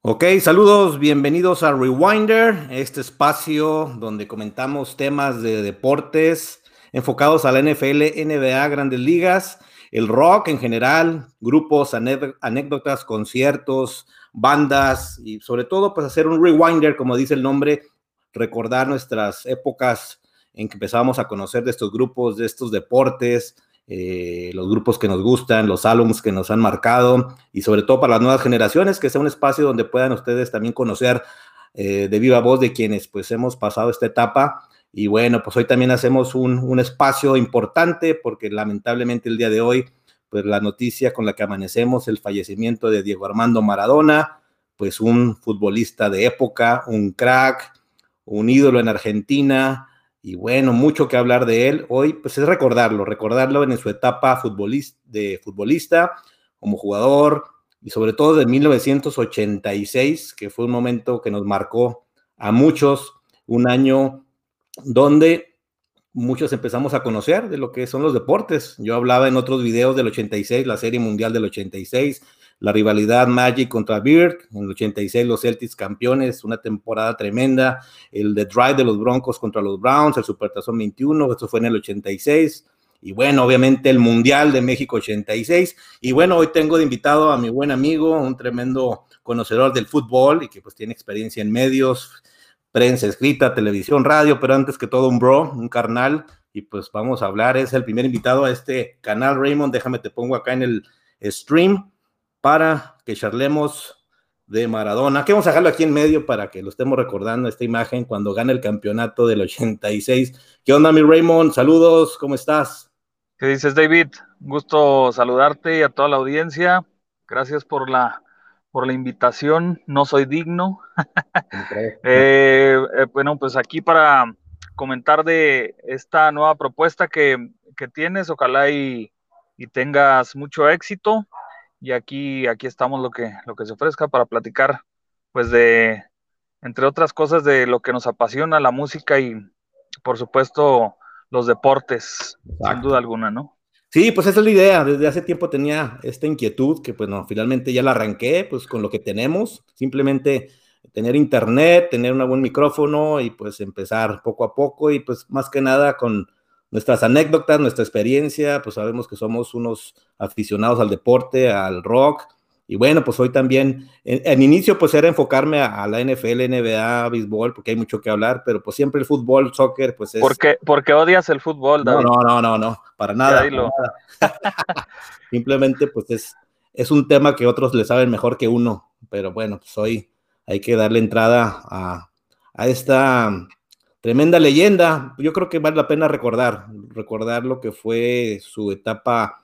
Ok, saludos, bienvenidos a Rewinder, este espacio donde comentamos temas de deportes enfocados a la NFL, NBA, Grandes Ligas, el rock en general, grupos, anécdotas, conciertos, bandas y sobre todo pues hacer un rewinder, como dice el nombre, recordar nuestras épocas en que empezábamos a conocer de estos grupos, de estos deportes, los grupos que nos gustan, los álbumes que nos han marcado y sobre todo para las nuevas generaciones, que sea un espacio donde puedan ustedes también conocer de viva voz de quienes pues hemos pasado esta etapa. Y bueno, pues hoy también hacemos un espacio importante porque lamentablemente el día de hoy, pues la noticia con la que amanecemos, el fallecimiento de Diego Armando Maradona, pues un futbolista de época, un crack, un ídolo en Argentina, y bueno, mucho que hablar de él. Hoy, pues es recordarlo en su etapa futbolista, como jugador, y sobre todo de 1986, que fue un momento que nos marcó a muchos, un año donde muchos empezamos a conocer de lo que son los deportes. Yo hablaba en otros videos del 86, la Serie Mundial del 86, la rivalidad Magic contra Bird, en el 86 los Celtics campeones, una temporada tremenda, el The Drive de los Broncos contra los Browns, el Supertazón 21, esto fue en el 86, y bueno, obviamente el Mundial de México 86, y bueno, hoy tengo de invitado a mi buen amigo, un tremendo conocedor del fútbol y que pues tiene experiencia en medios, prensa escrita, televisión, radio, pero antes que todo un bro, un carnal, y pues vamos a hablar, es el primer invitado a este canal, Raymond, déjame te pongo acá en el stream para que charlemos de Maradona, que vamos a dejarlo aquí en medio para que lo estemos recordando, esta imagen cuando gana el campeonato del 86. ¿Qué onda, mi Raymond? Saludos, ¿cómo estás? ¿Qué dices, David? Gusto saludarte y a toda la audiencia. Gracias por la invitación. No soy digno. ¿Cómo crees? Bueno, pues aquí para comentar de esta nueva propuesta que tienes. Ojalá y tengas mucho éxito. Y aquí estamos lo que se ofrezca para platicar, pues entre otras cosas, de lo que nos apasiona, la música y, por supuesto, los deportes, sin duda Exacto. alguna, ¿no? Sí, pues esa es la idea. Desde hace tiempo tenía esta inquietud que, pues, no, finalmente ya la arranqué, pues, con lo que tenemos. Simplemente tener internet, tener un buen micrófono y, pues, empezar poco a poco y, pues, más que nada con nuestras anécdotas, nuestra experiencia. Pues sabemos que somos unos aficionados al deporte, al rock. Y bueno, pues hoy también, en inicio, pues era enfocarme a la NFL, NBA, béisbol, porque hay mucho que hablar, pero pues siempre el fútbol, soccer, pues es. Porque odias el fútbol, No, David. no, no, no, no, para Ya nada, para dilo. nada. Simplemente, pues es un tema que otros le saben mejor que uno, pero bueno, pues hoy hay que darle entrada a esta tremenda leyenda. Yo creo que vale la pena recordar lo que fue su etapa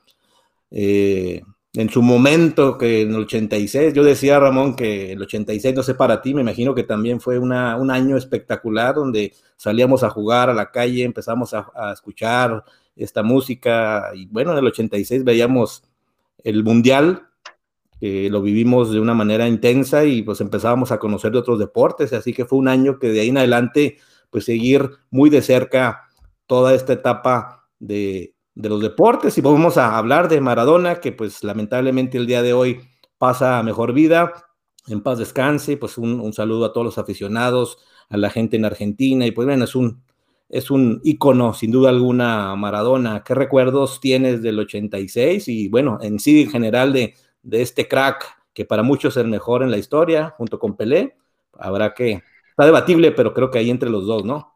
en su momento, que en el 86, yo decía, Ramón, que el 86, no sé para ti, me imagino que también fue un año espectacular donde salíamos a jugar a la calle, empezamos a escuchar esta música y bueno, en el 86 veíamos el Mundial, que lo vivimos de una manera intensa y pues empezábamos a conocer de otros deportes, así que fue un año que de ahí en adelante pues seguir muy de cerca toda esta etapa de los deportes y vamos a hablar de Maradona, que pues lamentablemente el día de hoy pasa a mejor vida, en paz descanse, pues un saludo a todos los aficionados, a la gente en Argentina y pues bueno, es un ícono, sin duda alguna, Maradona. ¿Qué recuerdos tienes del 86? Y bueno, en sí, en general, de este crack, que para muchos es el mejor en la historia, junto con Pelé. Habrá que, está debatible, pero creo que ahí entre los dos, ¿no?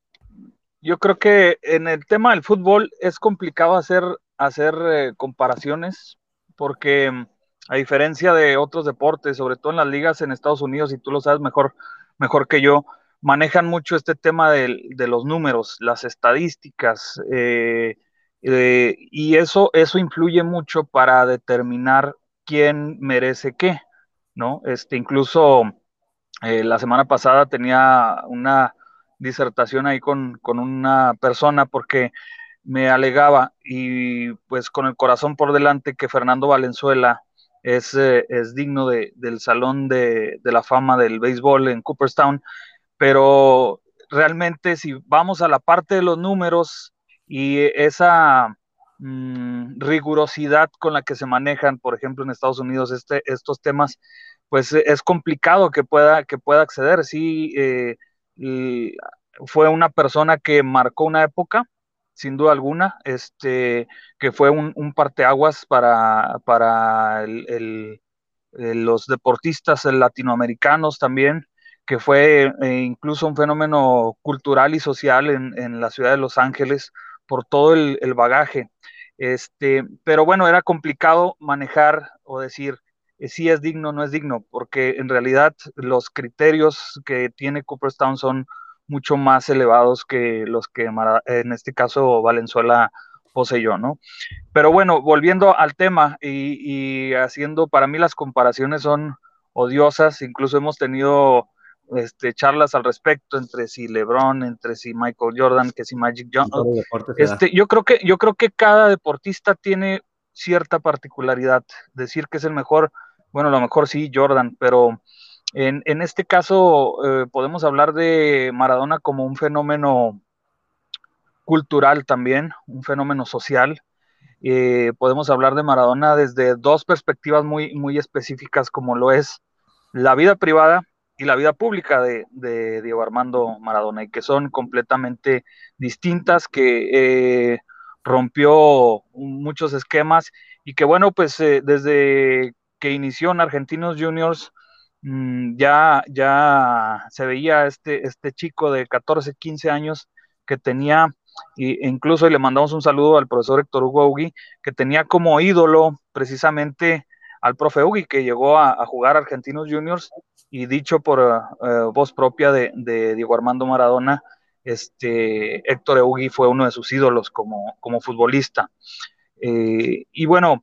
Yo creo que en el tema del fútbol es complicado hacer comparaciones porque, a diferencia de otros deportes, sobre todo en las ligas en Estados Unidos, y tú lo sabes mejor que yo, manejan mucho este tema de los números, las estadísticas, y eso influye mucho para determinar quién merece qué, ¿no? Incluso la semana pasada tenía una disertación ahí con una persona porque me alegaba, y pues con el corazón por delante, que Fernando Valenzuela es digno del Salón de la Fama del béisbol en Cooperstown, pero realmente, si vamos a la parte de los números y esa rigurosidad con la que se manejan, por ejemplo, en Estados Unidos, estos temas, pues es complicado que pueda acceder. Sí, fue una persona que marcó una época, sin duda alguna, que fue un parteaguas para los deportistas latinoamericanos también, que fue incluso un fenómeno cultural y social en la ciudad de Los Ángeles por todo el bagaje. Pero bueno, era complicado manejar o decir si es digno o no es digno, porque en realidad los criterios que tiene Cooperstown son mucho más elevados que los que en este caso Valenzuela poseyó, ¿no? Pero bueno, volviendo al tema y haciendo, para mí las comparaciones son odiosas, incluso hemos tenido charlas al respecto entre si LeBron, entre si Michael Jordan, que si Magic En Johnson. todos los deportes se da. Yo creo que cada deportista tiene cierta particularidad. Decir que es el mejor, bueno, a lo mejor sí Jordan, pero en este caso podemos hablar de Maradona como un fenómeno cultural también, un fenómeno social. Podemos hablar de Maradona desde dos perspectivas muy específicas, como lo es la vida privada y la vida pública de Diego Armando Maradona, y que son completamente distintas, que rompió muchos esquemas y que bueno, pues desde que inició en Argentinos Juniors, ya se veía este chico de 14, 15 años que tenía, e incluso le mandamos un saludo al profesor Héctor Hugo Ugui, que tenía como ídolo precisamente al profe Ugui, que llegó a jugar Argentinos Juniors, y dicho por voz propia de Diego Armando Maradona, Héctor Ugui fue uno de sus ídolos como futbolista. Y bueno,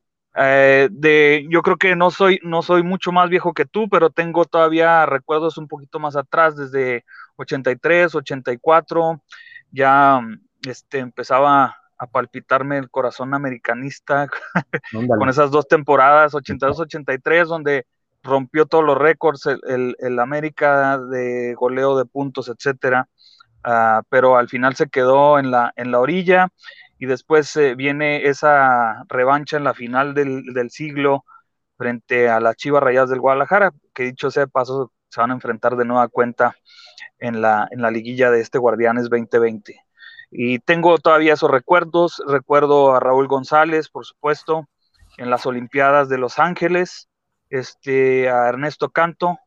yo creo que no soy mucho más viejo que tú, pero tengo todavía recuerdos un poquito más atrás, desde 83, 84, ya empezaba a palpitarme el corazón americanista con Ándale. esas dos temporadas, 82-83, donde rompió todos los récords, el América de goleo de puntos, etcétera. Pero al final se quedó en la orilla, y después viene esa revancha en la final del siglo frente a las Chivas Rayadas del Guadalajara, que dicho sea de paso, se van a enfrentar de nueva cuenta en la liguilla de este Guardianes 2020. Y tengo todavía esos recuerdos, recuerdo a Raúl González, por supuesto, en las Olimpiadas de Los Ángeles, a Ernesto Canto,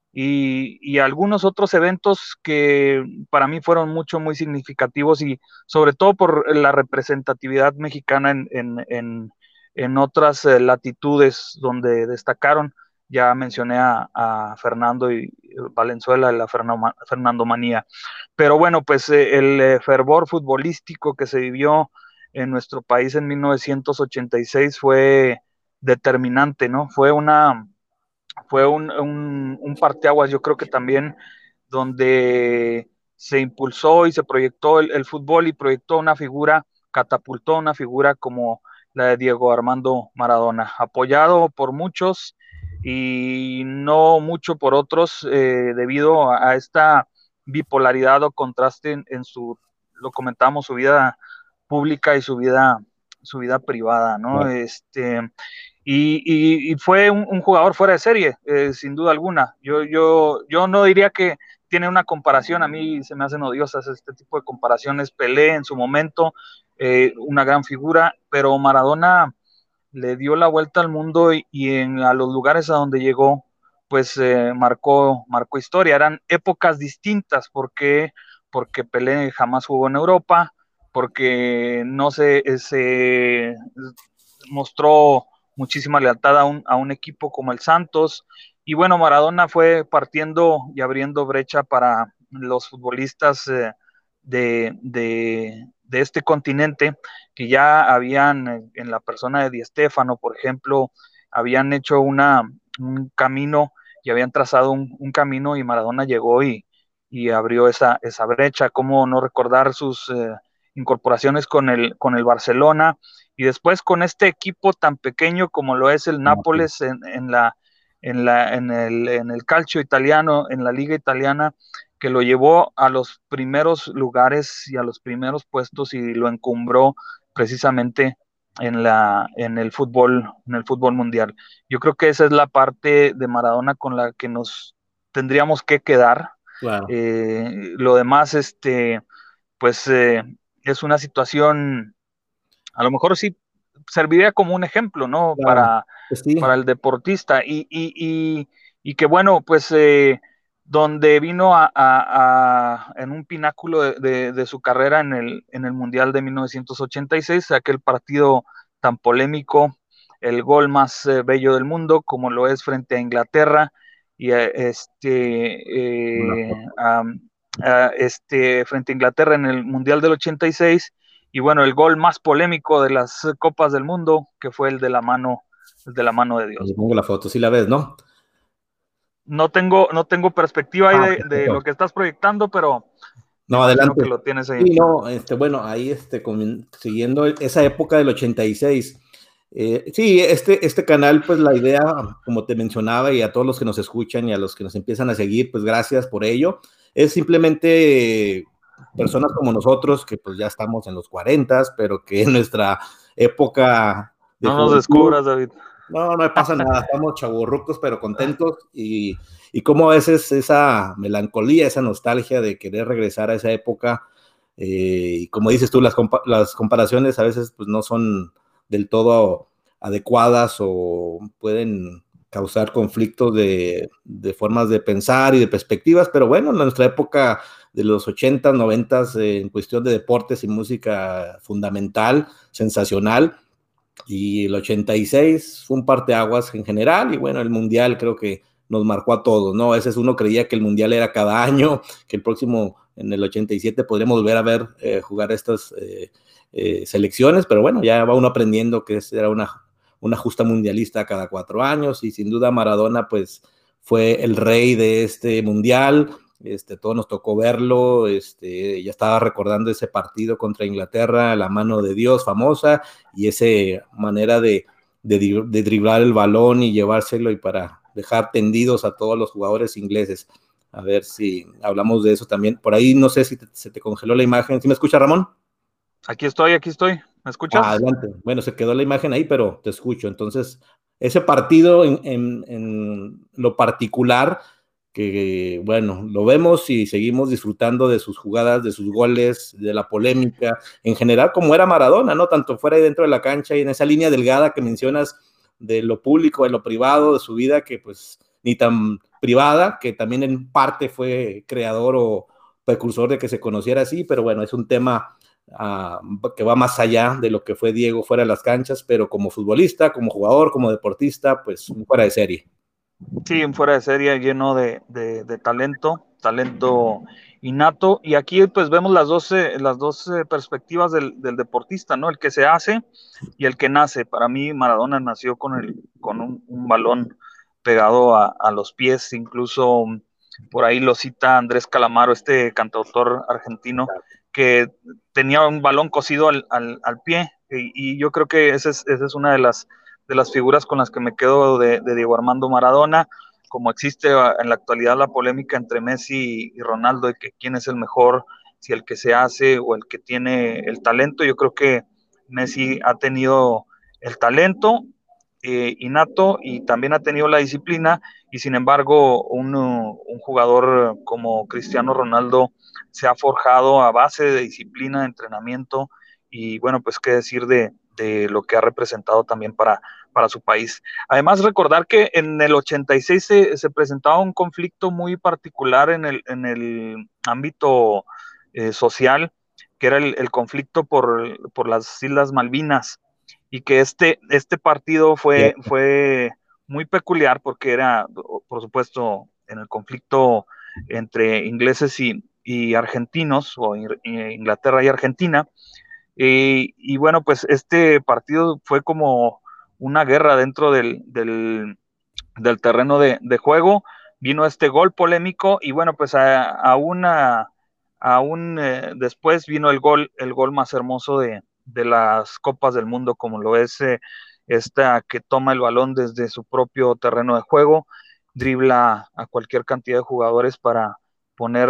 y algunos otros eventos que para mí fueron muy significativos, y sobre todo por la representatividad mexicana en otras latitudes donde destacaron. Ya mencioné a Fernando y Valenzuela, la Fernando Manía. Pero bueno, pues el fervor futbolístico que se vivió en nuestro país en 1986 fue determinante, ¿no? Fue un parteaguas, yo creo que también, donde se impulsó y se proyectó el fútbol, y proyectó una figura, catapultó una figura como la de Diego Armando Maradona, apoyado por muchos y no mucho por otros, debido a esta bipolaridad o contraste lo comentamos, su vida pública y su vida privada, ¿no? Claro. Y fue un jugador fuera de serie, sin duda alguna. Yo no diría que tiene una comparación, a mí se me hacen odiosas este tipo de comparaciones. Pelé en su momento, una gran figura, pero Maradona le dio la vuelta al mundo, a los lugares a donde llegó, pues marcó historia. Eran épocas distintas, porque Pelé jamás jugó en Europa, porque no se mostró muchísima lealtad a un equipo como el Santos. Y bueno, Maradona fue partiendo y abriendo brecha para los futbolistas de este continente, que ya habían, en la persona de Di Stéfano, por ejemplo, habían hecho un camino, y habían trazado un camino, y Maradona llegó y abrió esa brecha. ¿Cómo no recordar sus incorporaciones con el Barcelona, y después con este equipo tan pequeño como lo es el No, pues, Nápoles en el calcio italiano, en la liga italiana, que lo llevó a los primeros lugares y a los primeros puestos, y lo encumbró precisamente en el fútbol mundial. Yo creo que esa es la parte de Maradona con la que nos tendríamos que quedar. Claro, Lo demás, pues es una situación, a lo mejor sí serviría como un ejemplo, ¿no? claro. Pues Para sí, el deportista y que bueno, pues donde vino en un pináculo de su carrera en el Mundial de 1986, aquel partido tan polémico, el gol más bello del mundo, como lo es frente a Inglaterra, y una foto. frente a Inglaterra en el Mundial del 86, y bueno, el gol más polémico de las Copas del Mundo, que fue el de la mano de Le Dios. pongo la foto, sí la ves, ¿no? No tengo perspectiva ahí Ah, de lo perfecto. que estás proyectando, pero me No, imagino adelante. que lo tienes ahí. Sí, no, bueno, ahí siguiendo esa época del 86. Sí, este canal, pues la idea, como te mencionaba, y a todos los que nos escuchan y a los que nos empiezan a seguir, pues gracias por ello. Es simplemente personas como nosotros, que pues ya estamos en los 40, pero que en nuestra época de No nos juventud, descubras, David. no, no pasa nada, estamos chavorrucos, pero contentos y como a veces esa melancolía, esa nostalgia de querer regresar a esa época, y como dices tú, las comparaciones a veces pues no son del todo adecuadas o pueden causar conflictos de formas de pensar y de perspectivas, pero bueno, en nuestra época de los 80, 90, en cuestión de deportes y música fundamental, sensacional, y el 86 fue un parteaguas en general, y bueno, el Mundial creo que nos marcó a todos, ¿no? A veces uno creía que el Mundial era cada año, que el próximo, en el 87, podríamos volver a ver jugar estas selecciones, pero bueno, ya va uno aprendiendo que era una justa mundialista cada 4 años, y sin duda Maradona, pues, fue el rey de este Mundial. Todos nos tocó verlo, ya estaba recordando ese partido contra Inglaterra, la mano de Dios famosa, y esa manera de driblar el balón y llevárselo y para dejar tendidos a todos los jugadores ingleses. A ver si hablamos de eso también. Por ahí no sé si se te congeló la imagen. ¿Sí me escucha, Ramón? Aquí estoy, aquí estoy. ¿Me escuchas? Adelante. Bueno, se quedó la imagen ahí, pero te escucho. Entonces, ese partido en lo particular, que bueno, lo vemos y seguimos disfrutando de sus jugadas, de sus goles, de la polémica, en general, como era Maradona, ¿no? Tanto fuera y dentro de la cancha y en esa línea delgada que mencionas de lo público, de lo privado, de su vida, que pues ni tan privada, que también en parte fue creador o precursor de que se conociera así, pero bueno, es un tema que va más allá de lo que fue Diego fuera de las canchas, pero como futbolista, como jugador, como deportista, pues fuera de serie. Sí, en fuera de serie lleno de talento, talento innato. Y aquí pues vemos las dos perspectivas del deportista, ¿no? El que se hace y el que nace. Para mí Maradona nació con un balón pegado a los pies, incluso por ahí lo cita Andrés Calamaro, este cantautor argentino, que tenía un balón cosido al pie. Y yo creo que esa es una de las figuras con las que me quedo de Diego Armando Maradona. Como existe en la actualidad la polémica entre Messi y Ronaldo de que quién es el mejor, si el que se hace o el que tiene el talento, yo creo que Messi ha tenido el talento innato y también ha tenido la disciplina, y sin embargo un jugador como Cristiano Ronaldo se ha forjado a base de disciplina, de entrenamiento, y bueno, pues qué decir de lo que ha representado también para su país. Además, recordar que en el 86 se presentaba un conflicto muy particular en el ámbito social, que era el conflicto por las Islas Malvinas, y que este partido fue muy peculiar porque era, por supuesto, en el conflicto entre ingleses y argentinos, o Inglaterra y Argentina, y bueno, pues este partido fue como una guerra dentro del terreno de juego. Vino este gol polémico y bueno, pues aún después vino el gol más hermoso de las Copas del Mundo, como lo es esta que toma el balón desde su propio terreno de juego, dribla a cualquier cantidad de jugadores para poner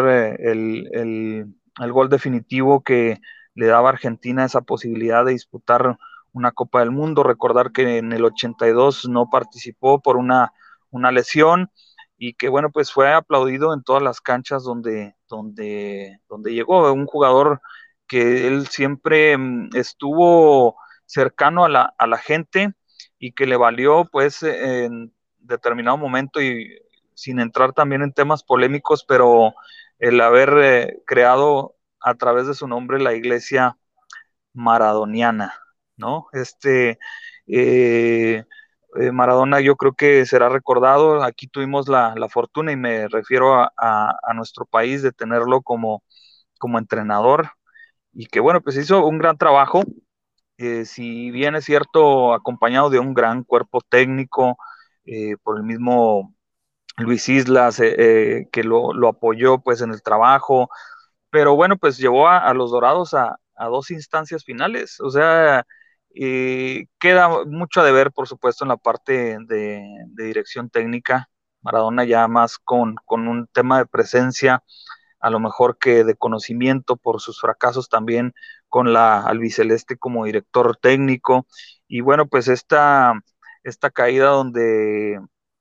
el gol definitivo que le daba a Argentina esa posibilidad de disputar una Copa del Mundo. Recordar que en el 82 no participó por una lesión y que bueno, pues fue aplaudido en todas las canchas donde llegó. Un jugador que él siempre estuvo cercano a la gente y que le valió pues en determinado momento y sin entrar también en temas polémicos, pero el haber creado a través de su nombre la iglesia maradoniana, ¿no? Eh, Maradona yo creo que será recordado, aquí tuvimos la fortuna y me refiero a nuestro país de tenerlo como entrenador y que bueno, pues hizo un gran trabajo, si bien es cierto, acompañado de un gran cuerpo técnico, por el mismo Luis Islas, que lo apoyó pues en el trabajo, pero bueno, pues llevó a los Dorados a dos instancias finales, o sea, queda mucho a deber, por supuesto, en la parte de dirección técnica, Maradona ya más con un tema de presencia, a lo mejor que de conocimiento por sus fracasos también con la albiceleste como director técnico. Y bueno, pues esta caída donde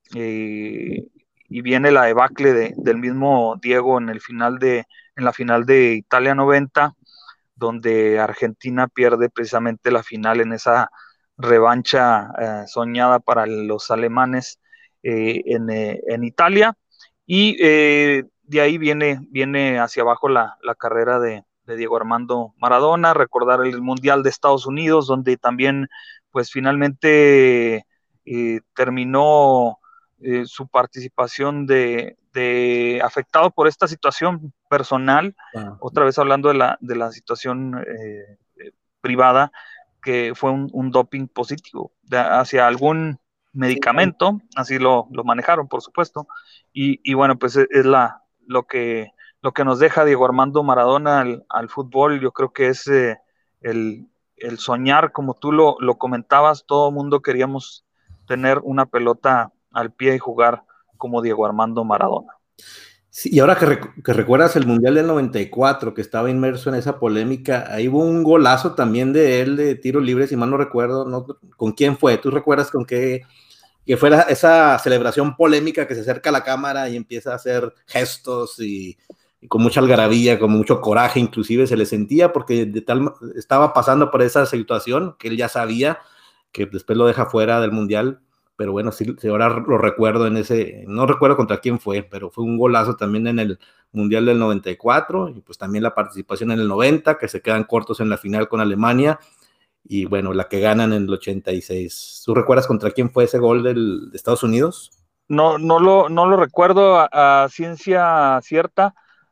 y viene la debacle del mismo Diego en la final de Italia 90, donde Argentina pierde precisamente la final en esa revancha soñada para los alemanes en Italia. Y de ahí viene hacia abajo la carrera de Diego Armando Maradona, recordar el Mundial de Estados Unidos, donde también pues finalmente terminó su participación de afectado por esta situación personal, Ah, otra vez hablando de la situación privada, que fue un doping positivo hacia algún sí, medicamento, así lo manejaron, por supuesto, y bueno, pues es lo que nos deja Diego Armando Maradona al fútbol. Yo creo que es el soñar, como tú lo comentabas, todo mundo queríamos tener una pelota al pie y jugar como Diego Armando Maradona. sí, y ahora que recuerdas el Mundial del 94, que estaba inmerso en esa polémica, ahí hubo un golazo también de él de tiro libre, si mal no recuerdo, ¿no? ¿Con quién fue? ¿Tú recuerdas con qué? Que fue esa celebración polémica que se acerca a la cámara y empieza a hacer gestos y con mucha algarabía, con mucho coraje, inclusive se le sentía porque estaba pasando por esa situación que él ya sabía, que después lo deja fuera del Mundial, pero bueno, sí, ahora lo recuerdo en ese, no recuerdo contra quién fue, pero fue un golazo también en el Mundial del 94 y pues también la participación en el 90, que se quedan cortos en la final con Alemania, y bueno, la que ganan en el 86. ¿Tú recuerdas contra quién fue ese gol de Estados Unidos? No lo recuerdo a ciencia cierta.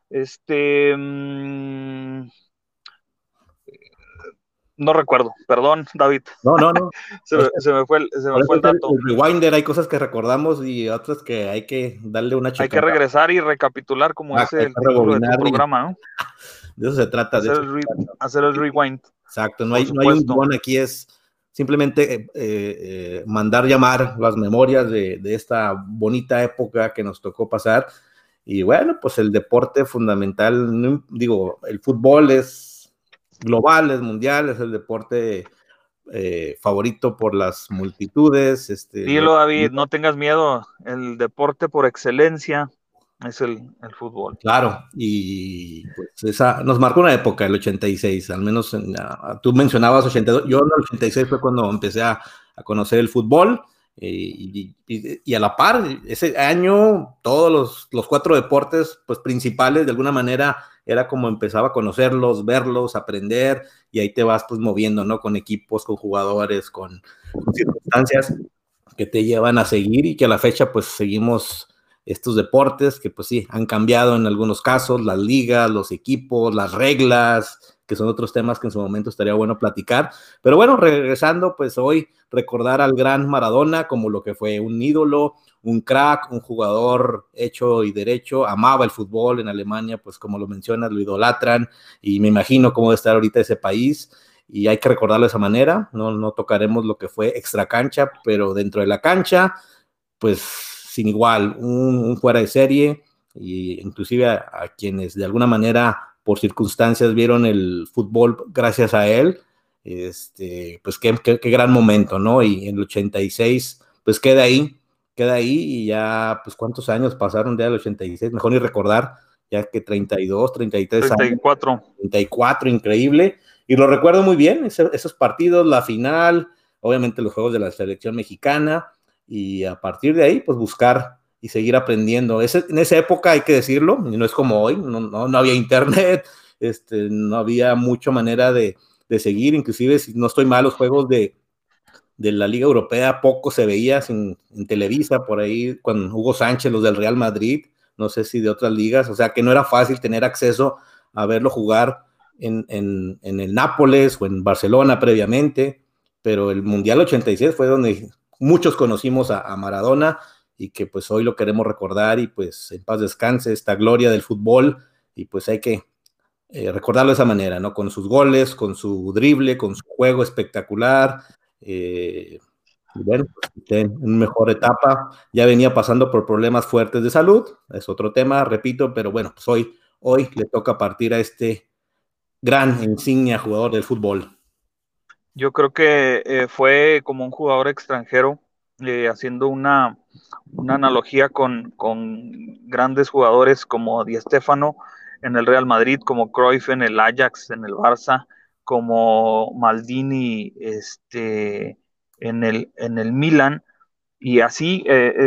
No recuerdo, perdón, David. No, no, no. Se Es me, que se me fue el, se por me eso fue el es el dato. rewinder, hay cosas que recordamos y otras que hay que darle una Hay que checada. regresar y recapitular, como Ah, dice hay el que título de tu rebobinar y programa, ¿no? de eso se trata, de Hacer eso el, se re- trata. hacer el rewind, Exacto, por no hay un supuesto. guión aquí, es simplemente mandar llamar las memorias de esta bonita época que nos tocó pasar. Y bueno, pues el deporte fundamental, digo, el fútbol es global, es mundial, es el deporte favorito por las multitudes. Dilo, David, no tengas miedo. El deporte por excelencia es el fútbol. Claro, y pues esa nos marcó una época, el 86, al menos tú mencionabas 82, yo en el 86 fue cuando empecé a conocer el fútbol y a la par, ese año todos los cuatro deportes pues principales de alguna manera era como empezaba a conocerlos, verlos, aprender y ahí te vas pues moviendo, ¿no? Con equipos, con jugadores, con circunstancias que te llevan a seguir y que a la fecha pues seguimos estos deportes que pues sí, han cambiado en algunos casos, las ligas, los equipos, las reglas, que son otros temas que en su momento estaría bueno platicar. Pero bueno, regresando, pues hoy recordar al gran Maradona como lo que fue un ídolo, un crack, un jugador hecho y derecho, amaba el fútbol en Alemania, pues como lo mencionas, lo idolatran y me imagino cómo debe estar ahorita ese país y hay que recordarlo de esa manera, no tocaremos lo que fue extra cancha, pero dentro de la cancha, pues sin igual, un fuera de serie, y inclusive a quienes de alguna manera por circunstancias vieron el fútbol gracias a él, Pues qué gran momento, ¿no? Y en el 86, pues queda ahí y ya, pues cuántos años pasaron de al 86, mejor ni recordar, ya que 32, 33 años, 34. 34, increíble. Y lo recuerdo muy bien, esos partidos, la final, obviamente los juegos de la selección mexicana, y a partir de ahí, pues buscar y seguir aprendiendo. En esa época, hay que decirlo, y no es como hoy, no había internet, no había mucha manera de seguir, inclusive si no estoy mal, los juegos de la Liga Europea poco se veía en Televisa, por ahí, con Hugo Sánchez, los del Real Madrid, no sé si de otras ligas, o sea que no era fácil tener acceso a verlo jugar en el Nápoles o en Barcelona previamente, pero el Mundial 86 fue donde muchos conocimos a Maradona y que pues hoy lo queremos recordar y pues en paz descanse esta gloria del fútbol y pues hay que recordarlo de esa manera, ¿no? Con sus goles, con su drible, con su juego espectacular. Y bueno, pues, en mejor etapa. Ya venía pasando por problemas fuertes de salud, es otro tema, repito, pero bueno, pues hoy le toca partir a este gran insignia jugador del fútbol. Yo creo que fue como un jugador extranjero, haciendo una analogía con grandes jugadores como Di Stéfano en el Real Madrid, como Cruyff en el Ajax, en el Barça, como Maldini en el Milan, y así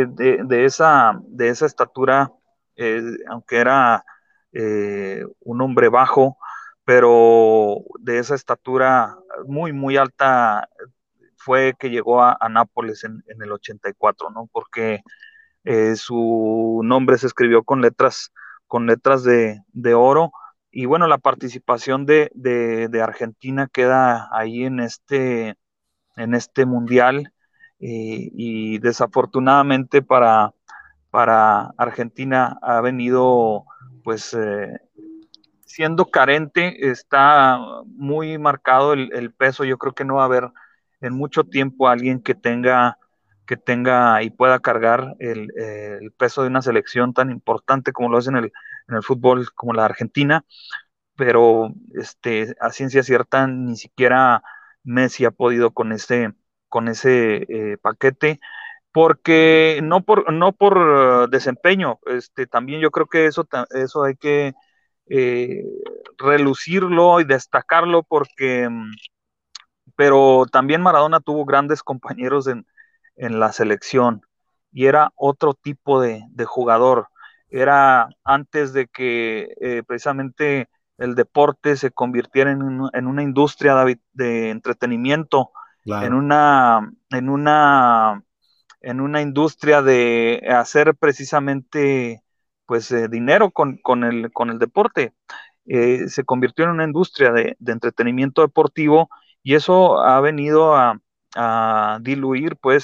de esa estatura, aunque era un hombre bajo, pero de esa estatura muy, muy alta, fue que llegó a Nápoles en el 84, ¿no? Porque su nombre se escribió con letras de oro. Y bueno, la participación de Argentina queda ahí en este mundial. Y desafortunadamente para Argentina ha venido pues siendo carente, está muy marcado el peso. Yo creo que no va a haber en mucho tiempo alguien que tenga y pueda cargar el peso de una selección tan importante como lo es en el fútbol como la Argentina, pero a ciencia cierta ni siquiera Messi ha podido con ese paquete, porque no por desempeño, también yo creo que eso hay que eh, relucirlo y destacarlo, porque pero también Maradona tuvo grandes compañeros en la selección y era otro tipo de jugador. Era antes de que precisamente el deporte se convirtiera en una industria, David, de entretenimiento, en Claro. una, en una, en una industria de hacer precisamente pues dinero con el deporte. Se convirtió en una industria de entretenimiento deportivo, y eso ha venido a diluir pues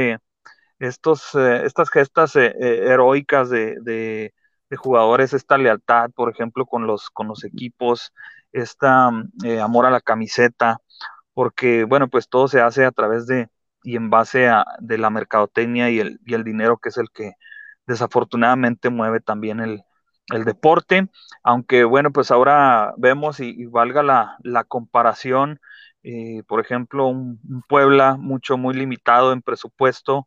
estas gestas heroicas de jugadores, esta lealtad, por ejemplo, con los equipos, esta amor a la camiseta, porque bueno, pues todo se hace a través y en base de la mercadotecnia y el dinero, que es el que desafortunadamente mueve también el deporte. Aunque bueno, pues ahora vemos y valga la comparación, por ejemplo, un Puebla muy limitado en presupuesto,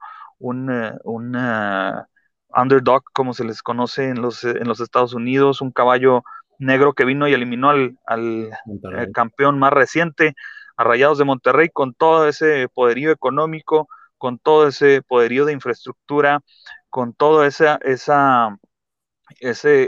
un underdog, como se les conoce en los Estados Unidos, un caballo negro que vino y eliminó al Monterrey. campeón más reciente, a Rayados de Monterrey, con todo ese poderío económico, con todo ese poderío de infraestructura, con todo ese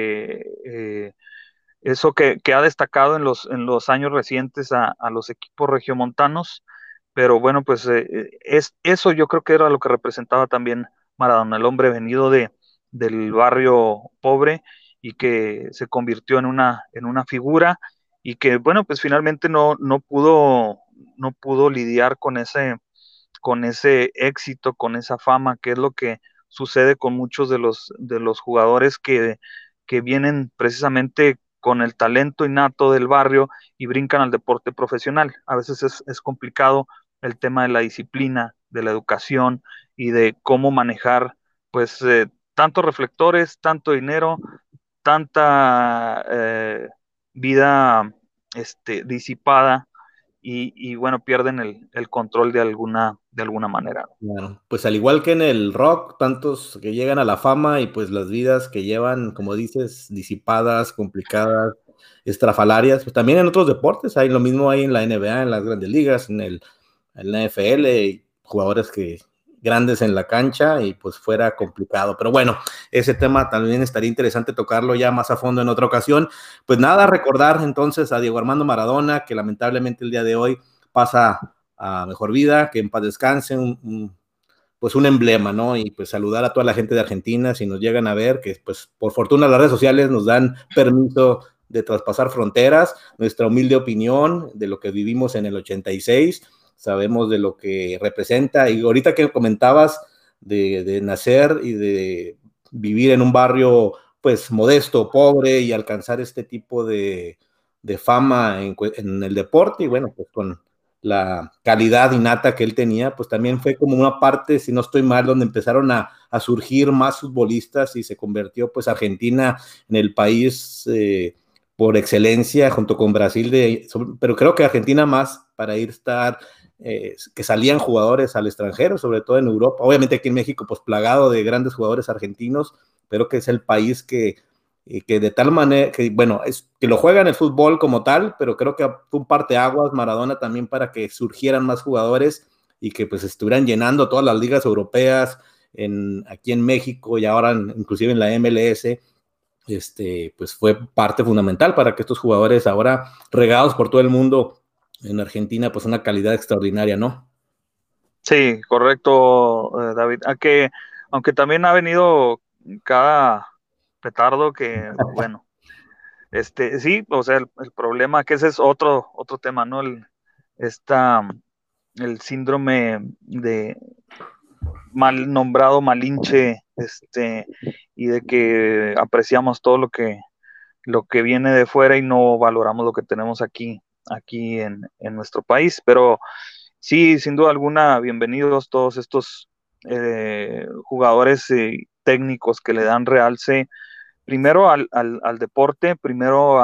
eso que ha destacado en los años recientes a los equipos regiomontanos. Pero bueno, pues eso yo creo que era lo que representaba también Maradona, el hombre venido del barrio pobre y que se convirtió en una figura, y que bueno, pues finalmente no pudo lidiar con ese éxito, con esa fama, que es lo que sucede con muchos de los jugadores que vienen precisamente con el talento innato del barrio y brincan al deporte profesional. A veces es complicado el tema de la disciplina, de la educación y de cómo manejar pues tantos reflectores, tanto dinero, tanta vida disipada, y bueno, pierden el control de alguna manera. Claro, pues al igual que en el rock, tantos que llegan a la fama y pues las vidas que llevan, como dices, disipadas, complicadas, estrafalarias, pues también en otros deportes, hay lo mismo hay en la NBA, en las grandes ligas, en la NFL, y jugadores que grandes en la cancha y pues fuera complicado. Pero bueno, ese tema también estaría interesante tocarlo ya más a fondo en otra ocasión. Pues nada, recordar entonces a Diego Armando Maradona, que lamentablemente el día de hoy pasa a mejor vida, que en paz descanse, pues un emblema, ¿no? Y pues saludar a toda la gente de Argentina, si nos llegan a ver, que pues por fortuna las redes sociales nos dan permiso de traspasar fronteras, nuestra humilde opinión de lo que vivimos en el 86, sabemos de lo que representa, y ahorita que comentabas de nacer y de vivir en un barrio pues modesto, pobre, y alcanzar este tipo de fama en el deporte, y bueno, pues con la calidad innata que él tenía, pues también fue como una parte, si no estoy mal, donde empezaron a surgir más futbolistas y se convirtió pues Argentina en el país por excelencia junto con Brasil, pero creo que Argentina más para ir a estar, que salían jugadores al extranjero, sobre todo en Europa, obviamente aquí en México pues plagado de grandes jugadores argentinos, pero que es el país que de tal manera, que bueno, es que lo juegan el fútbol como tal, pero creo que fue un parteaguas Maradona también para que surgieran más jugadores y que pues estuvieran llenando todas las ligas europeas aquí en México y ahora inclusive en la MLS, pues fue parte fundamental para que estos jugadores ahora regados por todo el mundo en Argentina, pues una calidad extraordinaria, ¿no? Sí, correcto, David. Aunque también ha venido cada petardo que, bueno, sí, o sea, el problema que ese es otro tema, ¿no? Esta, el síndrome de mal nombrado Malinche, y de que apreciamos todo lo que viene de fuera y no valoramos lo que tenemos aquí en nuestro país. Pero sí, sin duda alguna, bienvenidos todos estos jugadores técnicos que le dan realce primero al deporte, primero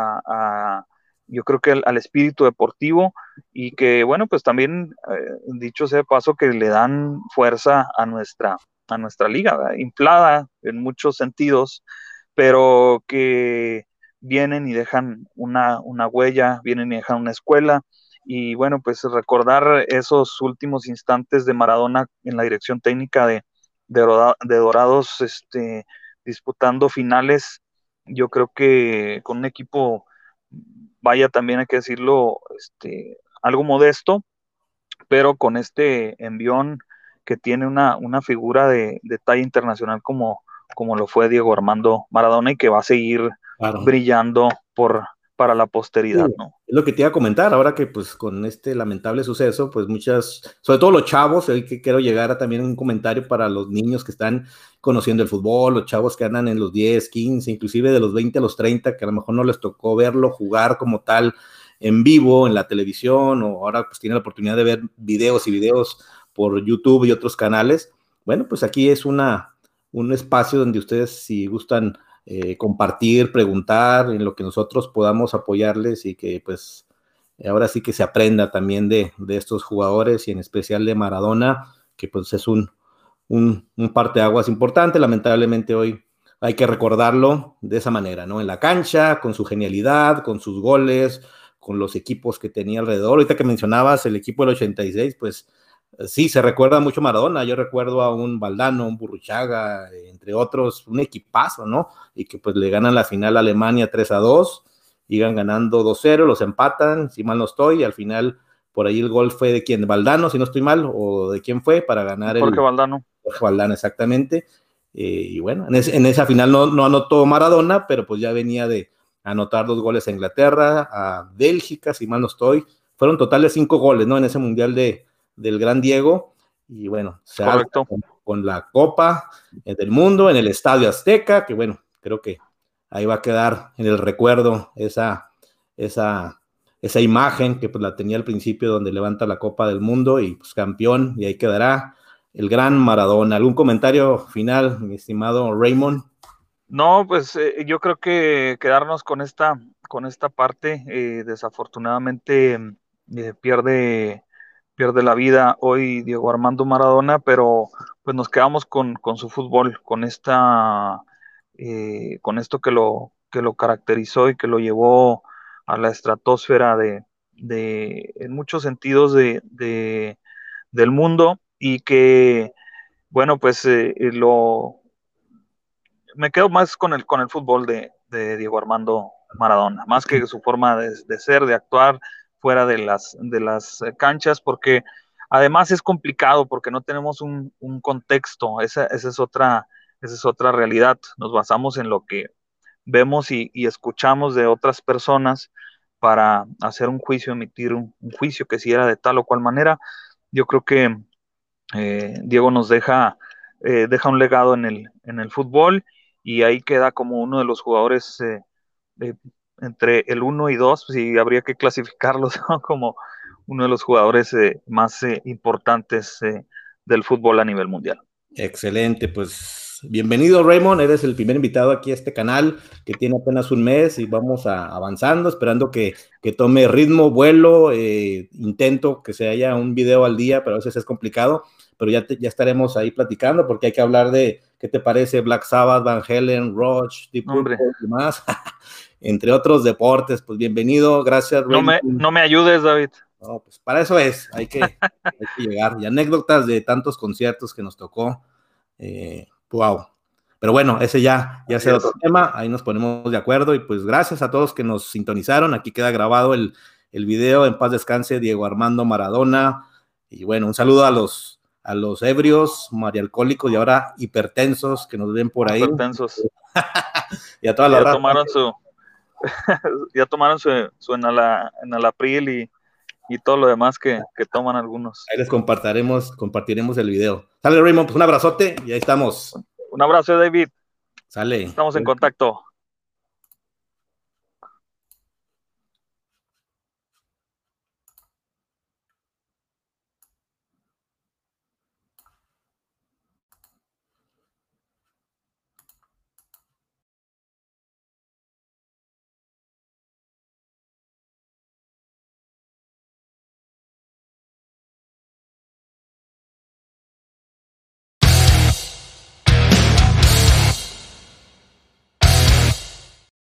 yo creo que al espíritu deportivo, y que, bueno, pues también, dicho sea de paso, que le dan fuerza a nuestra liga, ¿verdad? Inflada en muchos sentidos, pero que vienen y dejan una huella, vienen y dejan una escuela. Y bueno, pues recordar esos últimos instantes de Maradona en la dirección técnica de Dorados, disputando finales, yo creo que con un equipo, vaya, también hay que decirlo, algo modesto, pero con este envión que tiene una figura de talla internacional como lo fue Diego Armando Maradona, y que va a seguir Claro. brillando para la Sí, posteridad, ¿no? es lo que te iba a comentar, ahora que pues con este lamentable suceso, pues muchas, sobre todo los chavos, hoy que quiero llegar a también un comentario para los niños que están conociendo el fútbol, los chavos que andan en los 10, 15, inclusive de los 20 a los 30, que a lo mejor no les tocó verlo jugar como tal en vivo, en la televisión, o ahora pues tienen la oportunidad de ver videos y videos por YouTube y otros canales. Bueno, pues aquí es un espacio donde ustedes, si gustan compartir, preguntar, en lo que nosotros podamos apoyarles y que pues ahora sí que se aprenda también de estos jugadores y en especial de Maradona, que pues es un parteaguas importante. Lamentablemente hoy hay que recordarlo de esa manera, ¿no? En la cancha, con su genialidad, con sus goles, con los equipos que tenía alrededor. Ahorita que mencionabas el equipo del 86, pues sí, se recuerda mucho Maradona. Yo recuerdo a un Valdano, un Burruchaga, entre otros, un equipazo, ¿no? Y que pues le ganan la final a Alemania 3-2, iban ganando 2-0, los empatan, si mal no estoy, y al final por ahí el gol fue de quién, Valdano, si no estoy mal, o de quién fue para ganar Jorge Valdano. Jorge Valdano, exactamente. Y bueno, en esa final no anotó Maradona, pero pues ya venía de anotar 2 goles a Inglaterra, a Bélgica, si mal no estoy. Fueron totales 5 goles, ¿no? En ese mundial del gran Diego. Y bueno, se alza Correcto. con la Copa del Mundo en el Estadio Azteca, que bueno, creo que ahí va a quedar en el recuerdo esa, esa imagen que pues la tenía al principio donde levanta la Copa del Mundo y pues campeón, y ahí quedará el gran Maradona. ¿Algún comentario final, mi estimado Raymond? No, pues yo creo que quedarnos con esta parte, desafortunadamente, pierde la vida hoy Diego Armando Maradona, pero pues nos quedamos con su fútbol, con esto que lo caracterizó y que lo llevó a la estratosfera en muchos sentidos del mundo y que, bueno, pues me quedo más con el fútbol de Diego Armando Maradona, más que su forma de ser, de actuar fuera de las canchas, porque además es complicado, porque no tenemos un contexto, esa es otra realidad, nos basamos en lo que vemos y escuchamos de otras personas para hacer un juicio, emitir un juicio que si era de tal o cual manera. Yo creo que Diego nos deja un legado en el fútbol y ahí queda como uno de los jugadores eh, entre el uno y 2, y habría que clasificarlos, ¿no? Como uno de los jugadores más importantes del fútbol a nivel mundial. Excelente, pues bienvenido Raymond, eres el primer invitado aquí a este canal que tiene apenas un mes y vamos avanzando, esperando que tome ritmo, vuelo, intento que se haya un video al día, pero a veces es complicado, pero ya estaremos ahí platicando porque hay que hablar de qué te parece Black Sabbath, Van Halen, Rush, Deep Purple Hombre, y más, entre otros deportes. Pues bienvenido, gracias Raymond. no me ayudes, David. No, pues para eso es, hay que llegar. Y anécdotas de tantos conciertos que nos tocó. Wow. Pero bueno, ese ya Así será otro es. tema. Ahí nos ponemos de acuerdo. Y pues gracias a todos que nos sintonizaron. Aquí queda grabado el video. En paz descanse Diego Armando Maradona. Y bueno, un saludo a los ebrios, marialcohólicos y ahora hipertensos que nos ven por ahí. Hipertensos. Y a toda Que la ya raza. tomaron ya tomaron su enalapril y todo lo demás que toman algunos. Ahí les compartiremos el video. Sale Raymond, pues un abrazote y ahí estamos. Un abrazo, David. Sale. Estamos en contacto.